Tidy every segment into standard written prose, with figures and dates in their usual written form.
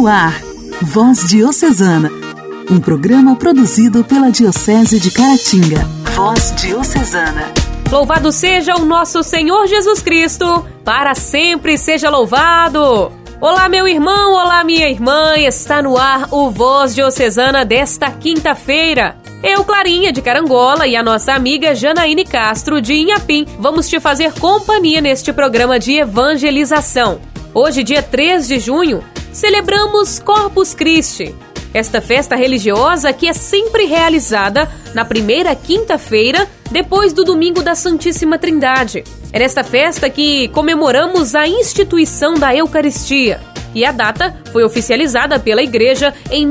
No ar, Voz Diocesana, um programa produzido pela Diocese de Caratinga. Voz Diocesana. Louvado seja o nosso Senhor Jesus Cristo, para sempre seja louvado! Olá, meu irmão, olá, minha irmã, está no ar o Voz Diocesana desta quinta-feira. Eu, Clarinha, de Carangola, e a nossa amiga Janaíne Castro, de Inhapim, vamos te fazer companhia neste programa de evangelização. Hoje, dia 3 de junho, celebramos Corpus Christi, esta festa religiosa que é sempre realizada na primeira quinta-feira, depois do Domingo da Santíssima Trindade. É nesta festa que comemoramos a instituição da Eucaristia, e a data foi oficializada pela Igreja em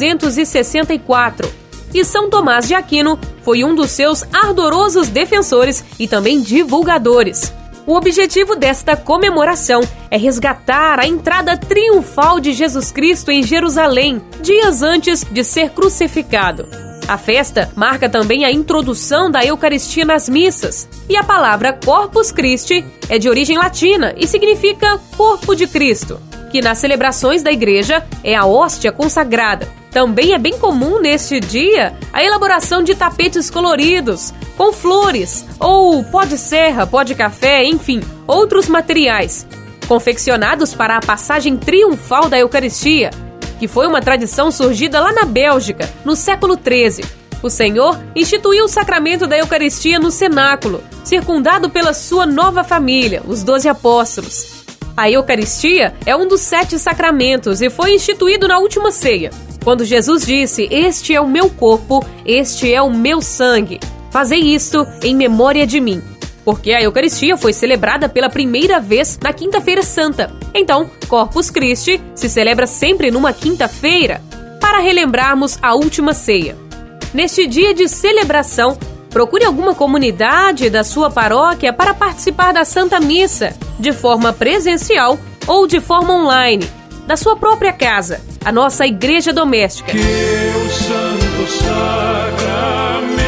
1264. E São Tomás de Aquino foi um dos seus ardorosos defensores e também divulgadores. O objetivo desta comemoração é resgatar a entrada triunfal de Jesus Cristo em Jerusalém, dias antes de ser crucificado. A festa marca também a introdução da Eucaristia nas missas, e a palavra Corpus Christi é de origem latina e significa Corpo de Cristo, que nas celebrações da Igreja é a hóstia consagrada. Também é bem comum neste dia a elaboração de tapetes coloridos, com flores, ou pó de serra, pó de café, enfim, outros materiais, confeccionados para a passagem triunfal da Eucaristia, que foi uma tradição surgida lá na Bélgica, no século XIII. O Senhor instituiu o sacramento da Eucaristia no cenáculo, circundado pela sua nova família, os 12 apóstolos. A Eucaristia é um dos 7 sacramentos e foi instituído na última ceia, quando Jesus disse: "Este é o meu corpo, este é o meu sangue. Fazei isto em memória de mim." Porque a Eucaristia foi celebrada pela primeira vez na Quinta-feira Santa. Então, Corpus Christi se celebra sempre numa quinta-feira, para relembrarmos a última ceia. Neste dia de celebração, procure alguma comunidade da sua paróquia para participar da Santa Missa, de forma presencial ou de forma online, da sua própria casa, a nossa igreja doméstica. Que o Santo Sacramento,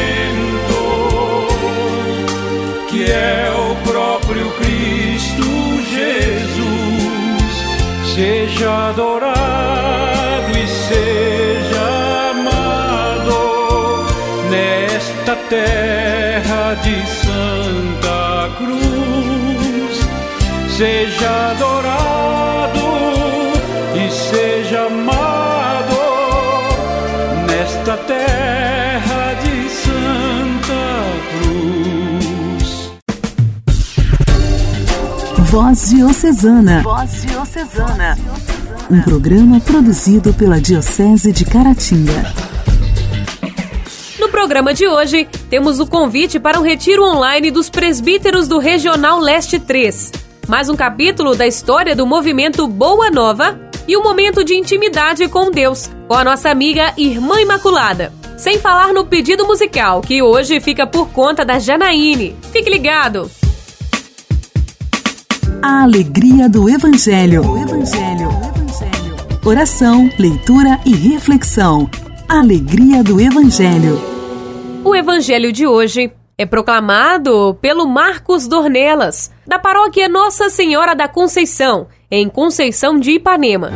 que é o próprio Cristo Jesus, seja adorado e seja amado nesta terra de Santa Cruz. Seja adorado e seja amado nesta terra de Santa Cruz. Voz Diocesana. Voz Diocesana. Um programa produzido pela Diocese de Caratinga. No programa de hoje, temos o convite para um retiro online dos presbíteros do Regional Leste 3. Mais um capítulo da história do movimento Boa Nova e um momento de intimidade com Deus, com a nossa amiga Irmã Imaculada. Sem falar no pedido musical, que hoje fica por conta da Janaíne. Fique ligado! A alegria do Evangelho. Oração, leitura e reflexão. Alegria do Evangelho. O Evangelho de hoje é proclamado pelo Marcos Dornelas, da paróquia Nossa Senhora da Conceição, em Conceição de Ipanema.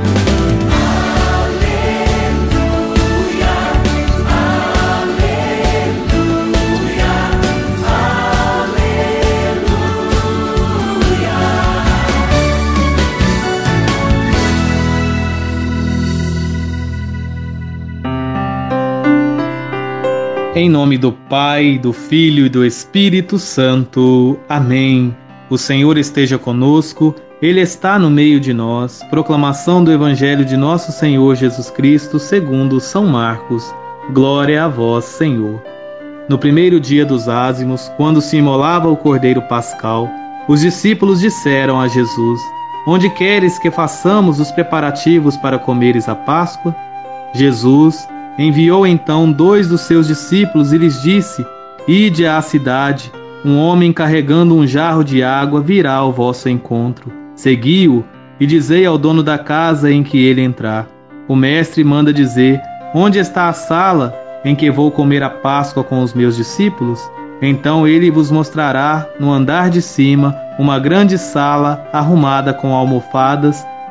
Em nome do Pai, do Filho e do Espírito Santo. Amém. O Senhor esteja conosco, Ele está no meio de nós. Proclamação do Evangelho de nosso Senhor Jesus Cristo, segundo São Marcos. Glória a vós, Senhor. No primeiro dia dos ázimos, quando se imolava o Cordeiro Pascal, os discípulos disseram a Jesus: "Onde queres que façamos os preparativos para comeres a Páscoa?" Jesus enviou então 2 dos seus discípulos e lhes disse: "Ide à cidade, um homem carregando um jarro de água virá ao vosso encontro. Segui-o e dizei ao dono da casa em que ele entrar: o mestre manda dizer: onde está a sala em que vou comer a Páscoa com os meus discípulos? Então ele vos mostrará no andar de cima uma grande sala arrumada com almofadas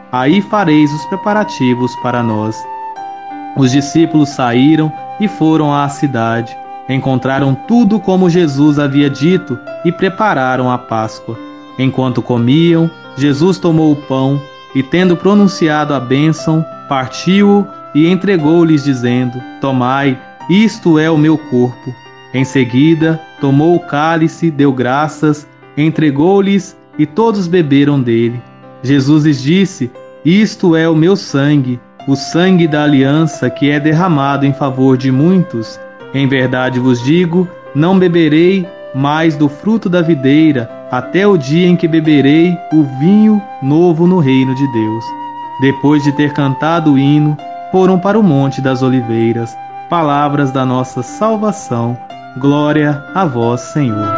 aí fareis os preparativos para nós. Os discípulos saíram e foram à cidade. Encontraram tudo como Jesus havia dito e prepararam a Páscoa. Enquanto comiam, Jesus tomou o pão e, tendo pronunciado a bênção, partiu-o e entregou-lhes, dizendo: Tomai, isto é o meu corpo. Em seguida, tomou o cálice, deu graças, entregou-lhes e todos beberam dele. Jesus lhes disse: Isto é o meu sangue, o sangue da aliança que é derramado em favor de muitos. Em verdade vos digo, não beberei mais do fruto da videira, até o dia em que beberei o vinho novo no reino de Deus. Depois de ter cantado o hino, foram para o Monte das Oliveiras. Palavras da nossa salvação. Glória a vós, Senhor.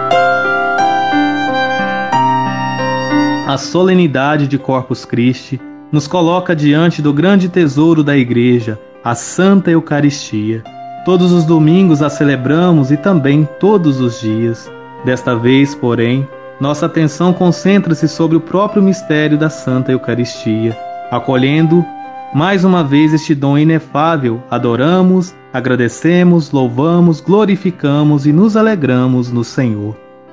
A solenidade de Corpus Christi nos coloca diante do grande tesouro da Igreja, a Santa Eucaristia. Todos os domingos a celebramos e também todos os dias. Desta vez, porém, nossa atenção concentra-se sobre o próprio mistério da Santa Eucaristia. Acolhendo mais uma vez este dom inefável, adoramos, agradecemos, louvamos, glorificamos e nos alegramos no Senhor.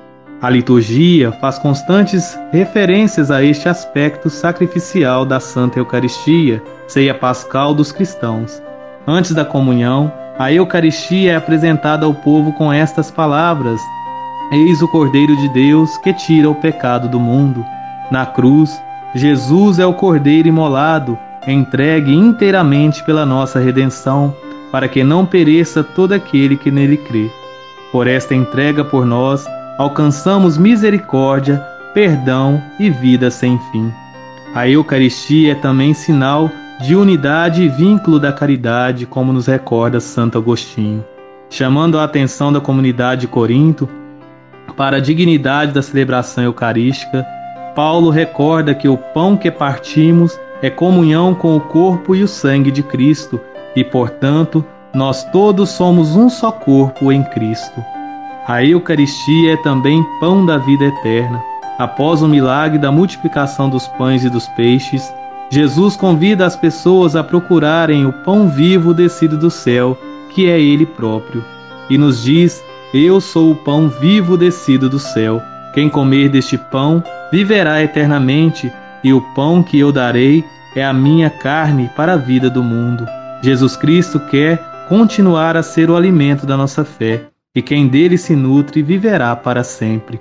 A liturgia faz constantes referências a este aspecto sacrificial da Santa Eucaristia, ceia pascal dos cristãos. Antes da comunhão, a Eucaristia é apresentada ao povo com estas palavras: Eis o Cordeiro de Deus que tira o pecado do mundo. Na cruz, Jesus é o Cordeiro imolado, entregue inteiramente pela nossa redenção, para que não pereça todo aquele que nele crê. Por esta entrega por nós, alcançamos misericórdia, perdão e vida sem fim. A Eucaristia é também sinal de unidade e vínculo da caridade, como nos recorda Santo Agostinho. Chamando a atenção da comunidade de Corinto para a dignidade da celebração eucarística, Paulo recorda que o pão que partimos é comunhão com o corpo e o sangue de Cristo e, portanto, nós todos somos um só corpo em Cristo. A Eucaristia é também pão da vida eterna. Após o milagre da multiplicação dos pães e dos peixes, Jesus convida as pessoas a procurarem o pão vivo descido do céu, que é Ele próprio, e nos diz: Eu sou o pão vivo descido do céu. Quem comer deste pão viverá eternamente, e o pão que eu darei é a minha carne para a vida do mundo. Jesus Cristo quer continuar a ser o alimento da nossa fé, e quem dele se nutre viverá para sempre.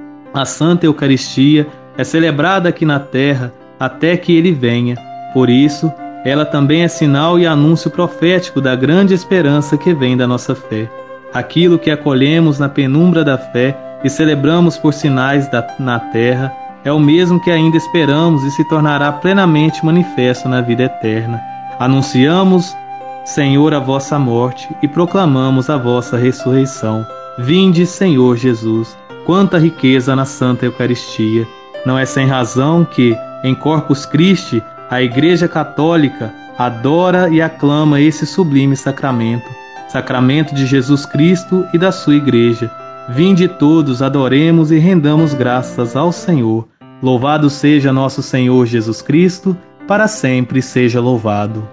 A Santa Eucaristia é celebrada aqui na terra até que ele venha. Por isso, ela também é sinal e anúncio profético da grande esperança que vem da nossa fé. Aquilo que acolhemos na penumbra da fé e celebramos por sinais na terra é o mesmo que ainda esperamos e se tornará plenamente manifesto na vida eterna. Anunciamos, Senhor, a vossa morte e proclamamos a vossa ressurreição. Vinde, Senhor Jesus. Quanta riqueza na Santa Eucaristia! Não é sem razão que, em Corpus Christi, a Igreja Católica adora e aclama esse sublime sacramento, sacramento de Jesus Cristo e da sua Igreja. Vinde todos, adoremos e rendamos graças ao Senhor. Louvado seja nosso Senhor Jesus Cristo, para sempre seja louvado.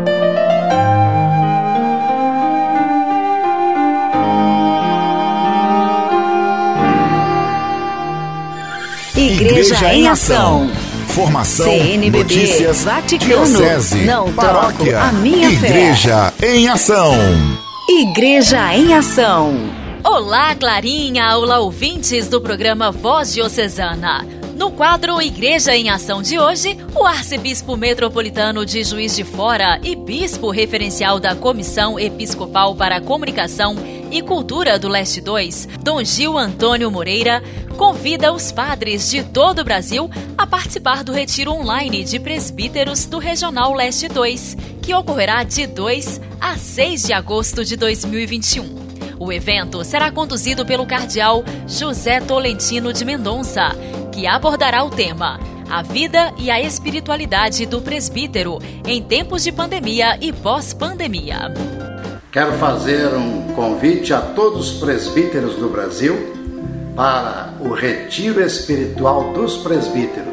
Igreja em Ação. Formação, CNBB, notícias, Vaticano, diocese, não paróquia, troco a minha Igreja em Ação. Igreja em Ação. Olá, Clarinha! Olá, ouvintes do programa Voz Diocesana. No quadro Igreja em Ação de hoje, o arcebispo metropolitano de Juiz de Fora e bispo referencial da Comissão Episcopal para a Comunicação e Cultura do Leste 2, Dom Gil Antônio Moreira, convida os padres de todo o Brasil a participar do retiro online de presbíteros do Regional Leste 2, que ocorrerá de 2 a 6 de agosto de 2021. O evento será conduzido pelo cardeal José Tolentino de Mendonça, que abordará o tema A Vida e a Espiritualidade do Presbítero em tempos de pandemia e pós-pandemia. Quero fazer um convite a todos os presbíteros do Brasil para o Retiro Espiritual dos Presbíteros,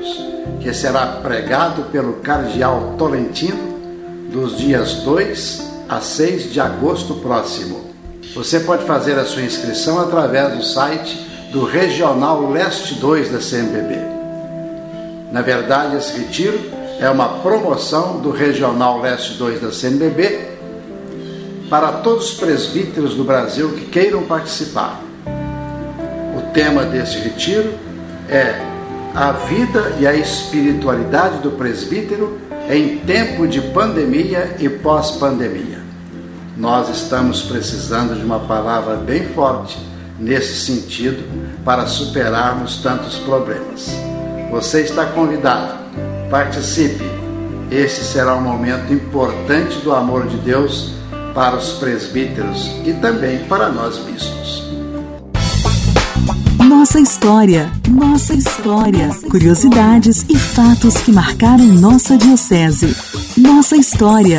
que será pregado pelo cardeal Tolentino dos dias 2 a 6 de agosto próximo. Você pode fazer a sua inscrição através do site do Regional Leste 2 da CNBB. Na verdade, esse retiro é uma promoção do Regional Leste 2 da CNBB para todos os presbíteros do Brasil que queiram participar. O tema deste retiro é a vida e a espiritualidade do presbítero em tempo de pandemia e pós-pandemia. Nós estamos precisando de uma palavra bem forte nesse sentido para superarmos tantos problemas. Você está convidado, participe. Esse será um momento importante do amor de Deus para os presbíteros e também para nós bispos. Nossa história. Curiosidades e fatos que marcaram nossa diocese. Nossa história.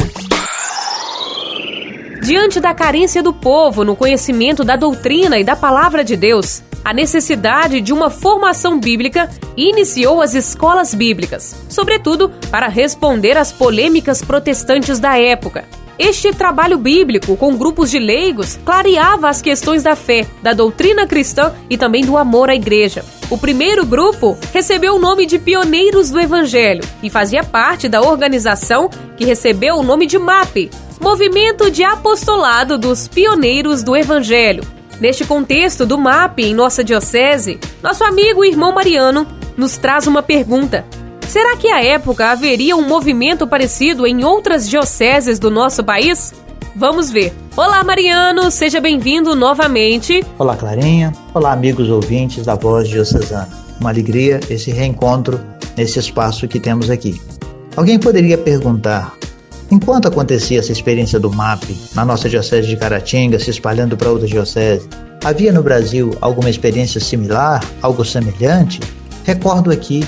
Diante da carência do povo no conhecimento da doutrina e da palavra de Deus, a necessidade de uma formação bíblica iniciou as escolas bíblicas, sobretudo para responder às polêmicas protestantes da época. Este trabalho bíblico, com grupos de leigos, clareava as questões da fé, da doutrina cristã e também do amor à igreja. O primeiro grupo recebeu o nome de Pioneiros do Evangelho e fazia parte da organização que recebeu o nome de MAP, Movimento de Apostolado dos Pioneiros do Evangelho. Neste contexto do MAP em nossa diocese, nosso amigo e irmão Mariano nos traz uma pergunta. Será que à época haveria um movimento parecido em outras dioceses do nosso país? Vamos ver. Olá, Mariano, seja bem-vindo novamente. Olá, Clarinha. Olá, amigos ouvintes da Voz Diocesana. Uma alegria esse reencontro nesse espaço que temos aqui. Alguém poderia perguntar, enquanto acontecia essa experiência do MAP na nossa diocese de Caratinga, se espalhando para outras dioceses, havia no Brasil alguma experiência similar, algo semelhante? Recordo aqui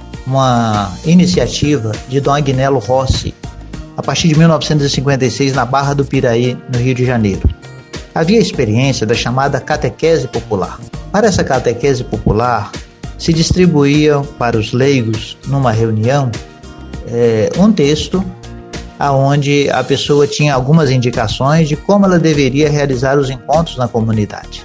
uma iniciativa de Dom Agnello Rossi, a partir de 1956, na Barra do Piraí, no Rio de Janeiro. Havia a experiência da chamada catequese popular. Para essa catequese popular, se distribuía para os leigos, numa reunião, um texto onde a pessoa tinha algumas indicações de como ela deveria realizar os encontros na comunidade.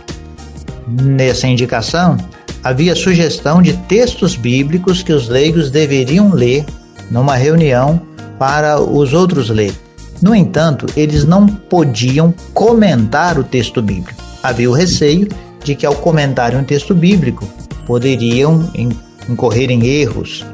Nessa indicação, havia sugestão de textos bíblicos que os leigos deveriam ler numa reunião para os outros lerem. No entanto, eles não podiam comentar o texto bíblico. Havia o receio de que, ao comentarem um texto bíblico, poderiam incorrer em erros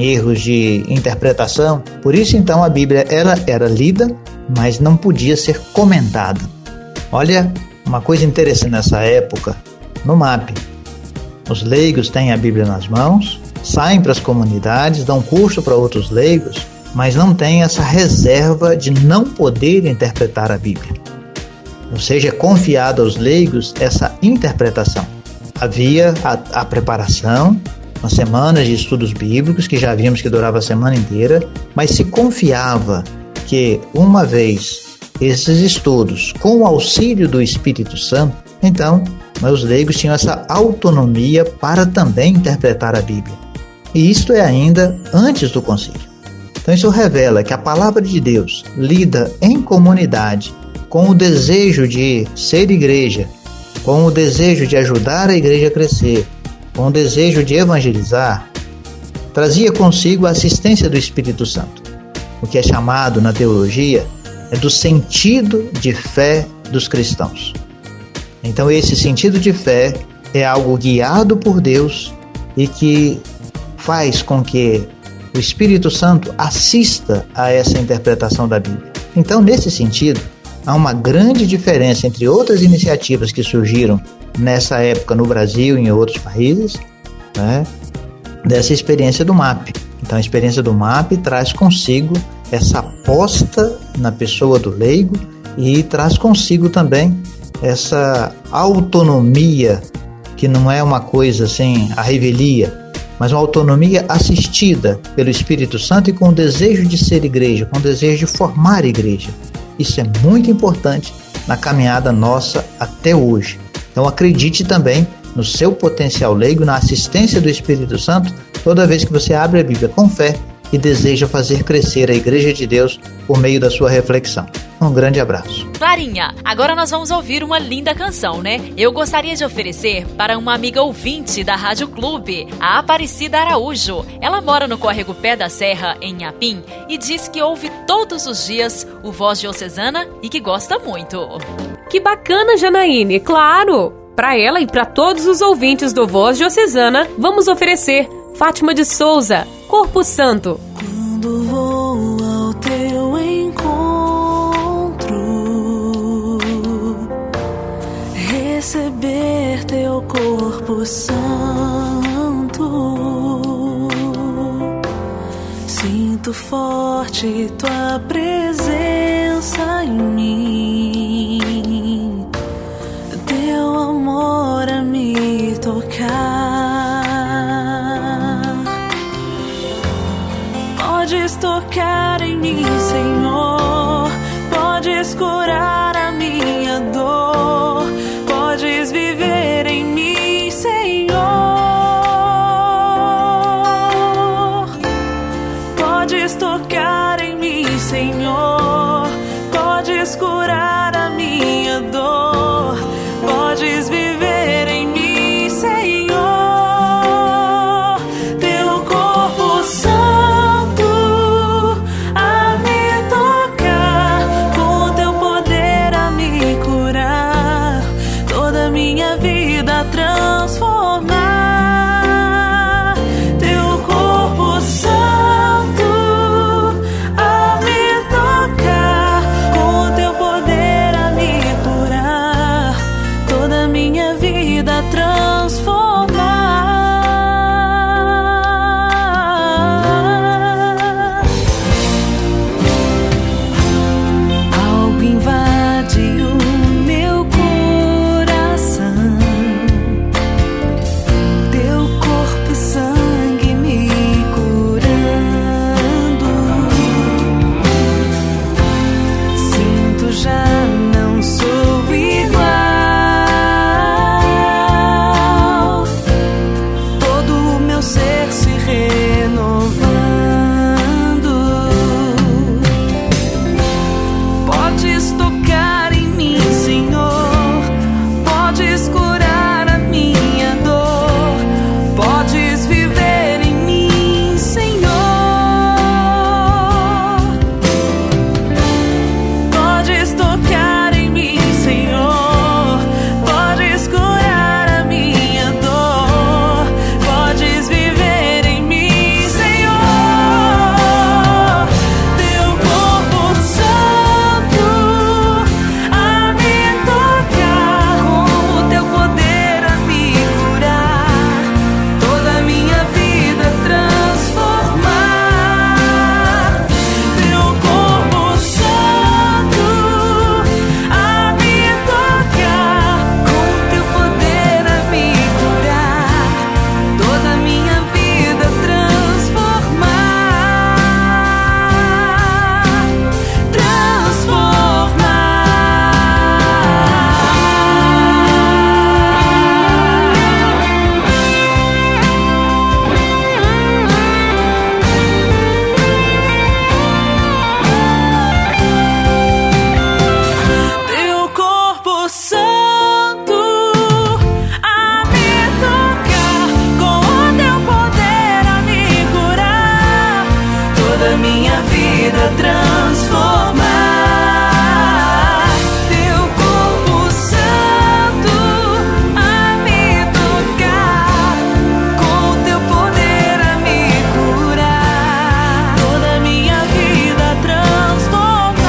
de interpretação. Por isso, então, a Bíblia era lida, mas não podia ser comentada. Olha, uma coisa interessante nessa época, no MAP, os leigos têm a Bíblia nas mãos, saem para as comunidades, dão curso para outros leigos, mas não têm essa reserva de não poder interpretar a Bíblia. Ou seja, é confiado aos leigos essa interpretação. Havia a preparação, umas semanas de estudos bíblicos, que já vimos que durava a semana inteira, mas se confiava que, uma vez esses estudos, com o auxílio do Espírito Santo, então os leigos tinham essa autonomia para também interpretar a Bíblia. E isto é ainda antes do concílio. Então isso revela que a palavra de Deus, lida em comunidade, com o desejo de ser igreja, com o desejo de ajudar a igreja a crescer, com o desejo de evangelizar, trazia consigo a assistência do Espírito Santo. O que é chamado na teologia é do sentido de fé dos cristãos. Então esse sentido de fé é algo guiado por Deus e que faz com que o Espírito Santo assista a essa interpretação da Bíblia. Então, nesse sentido, há uma grande diferença entre outras iniciativas que surgiram nessa época no Brasil e em outros países, dessa experiência do MAP. Então, a experiência do MAP traz consigo essa aposta na pessoa do leigo e traz consigo também essa autonomia, que não é uma coisa assim, a revelia, mas uma autonomia assistida pelo Espírito Santo e com o desejo de ser igreja, com o desejo de formar igreja. Isso é muito importante na caminhada nossa até hoje. Então acredite também no seu potencial leigo, na assistência do Espírito Santo, toda vez que você abre a Bíblia com fé e deseja fazer crescer a Igreja de Deus por meio da sua reflexão. Um grande abraço. Clarinha, agora nós vamos ouvir uma linda canção, né? Eu gostaria de oferecer para uma amiga ouvinte da Rádio Clube, a Aparecida Araújo. Ela mora no Córrego Pé da Serra, em Inhapim, e diz que ouve todos os dias o Voz Diocesana e que gosta muito. Que bacana, Janaíne, claro! Para ela e para todos os ouvintes do Voz Diocesana, vamos oferecer Fátima de Souza, Corpo Santo. Quando vou ao teu encontro, receber teu corpo santo, sinto forte tua presença em mim, teu amor a me tocar. Podes tocar em mim, Senhor, podes curar a minha dor, podes viver em mim, Senhor, podes tocar em mim, Senhor, podes curar a minha dor, podes viver em mim, Senhor, teu corpo santo transformar, teu corpo santo a me tocar, com teu poder a me curar, toda a minha vida transformar. Algo invade o meu coração, teu corpo e sangue me curando, sinto já não sou igual, todo o meu ser se renovando. Podes tocar em mim, Senhor, podes curar a minha dor, podes viver em mim, Senhor, podes tocar em mim, Senhor, podes curar a minha dor, podes viver em mim, Senhor, teu corpo santo a me tocar, com o teu poder a me curar, toda a minha vida transformar, teu corpo santo a me tocar, com o teu poder a me curar, toda a minha vida teu corpo santo a me tocar, com o teu poder a me curar, toda a minha vida transformar, teu corpo santo a me tocar, com o teu poder a me curar, toda a minha vida transformar.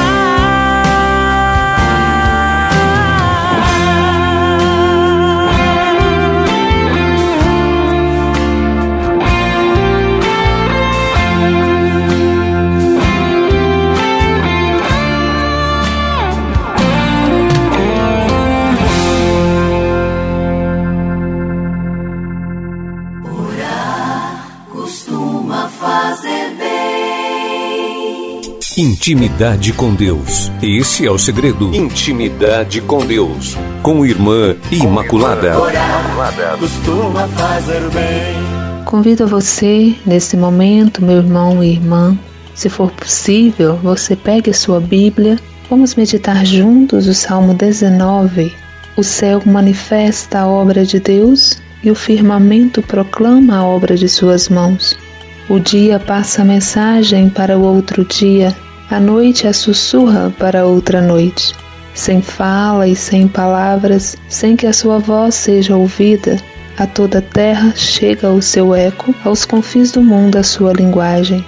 Intimidade com Deus. Esse é o segredo. Intimidade com Deus. Com Irmã Imaculada. Costuma fazer bem. Convido você, nesse momento, meu irmão e irmã, se for possível, você pegue a sua Bíblia. Vamos meditar juntos o Salmo 19. O céu manifesta a obra de Deus e o firmamento proclama a obra de suas mãos. O dia passa a mensagem para o outro dia, a noite a sussurra para outra noite. Sem fala e sem palavras, sem que a sua voz seja ouvida, a toda a terra chega o seu eco, aos confins do mundo a sua linguagem.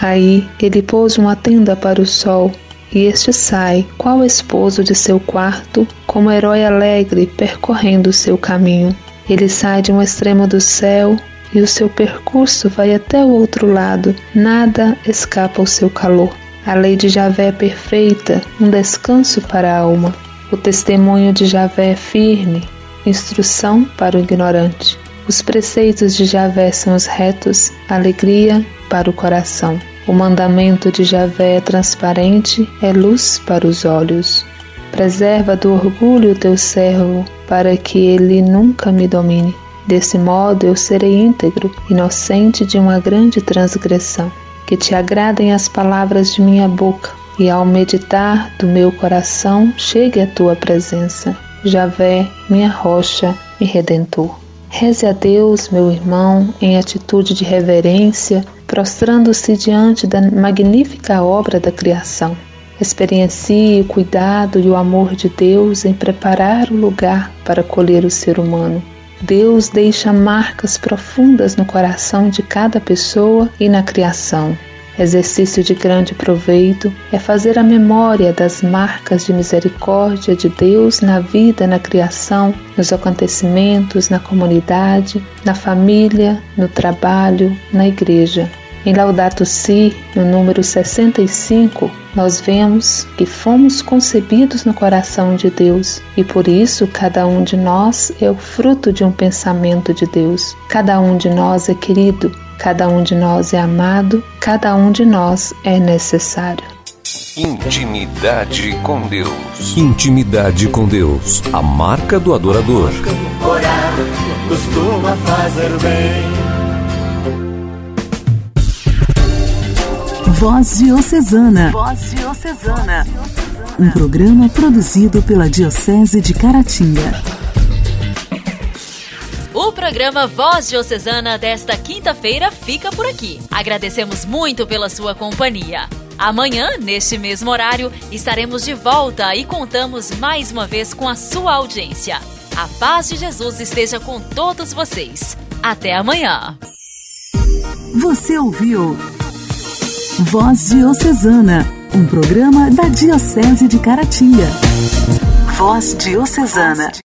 Aí ele pôs uma tenda para o sol, e este sai, qual esposo de seu quarto, como herói alegre percorrendo o seu caminho. Ele sai de um extremo do céu, e o seu percurso vai até o outro lado, nada escapa ao seu calor. A lei de Javé é perfeita, um descanso para a alma. O testemunho de Javé é firme, instrução para o ignorante. Os preceitos de Javé são os retos, alegria para o coração. O mandamento de Javé é transparente, é luz para os olhos. Preserva do orgulho teu servo, para que ele nunca me domine. Desse modo eu serei íntegro, inocente de uma grande transgressão. Que te agradem as palavras de minha boca, e ao meditar do meu coração chegue a tua presença. Javé, minha rocha e redentor. Reze a Deus, meu irmão, em atitude de reverência, prostrando-se diante da magnífica obra da criação. Experiencie o cuidado e o amor de Deus em preparar o lugar para acolher o ser humano. Deus deixa marcas profundas no coração de cada pessoa e na criação. Exercício de grande proveito é fazer a memória das marcas de misericórdia de Deus na vida, na criação, nos acontecimentos, na comunidade, na família, no trabalho, na igreja. Em Laudato Si, no número 65, nós vemos que fomos concebidos no coração de Deus e por isso cada um de nós é o fruto de um pensamento de Deus. Cada um de nós é querido, cada um de nós é amado, cada um de nós é necessário. Intimidade com Deus. Intimidade com Deus. A marca do adorador. Orar costuma fazer bem. Voz Diocesana. Voz Diocesana. Um programa produzido pela Diocese de Caratinga. O programa Voz Diocesana desta quinta-feira fica por aqui. Agradecemos muito pela sua companhia. Amanhã, neste mesmo horário, estaremos de volta e contamos mais uma vez com a sua audiência. A paz de Jesus esteja com todos vocês. Até amanhã. Você ouviu Voz Diocesana, um programa da Diocese de Caratinga. Voz Diocesana.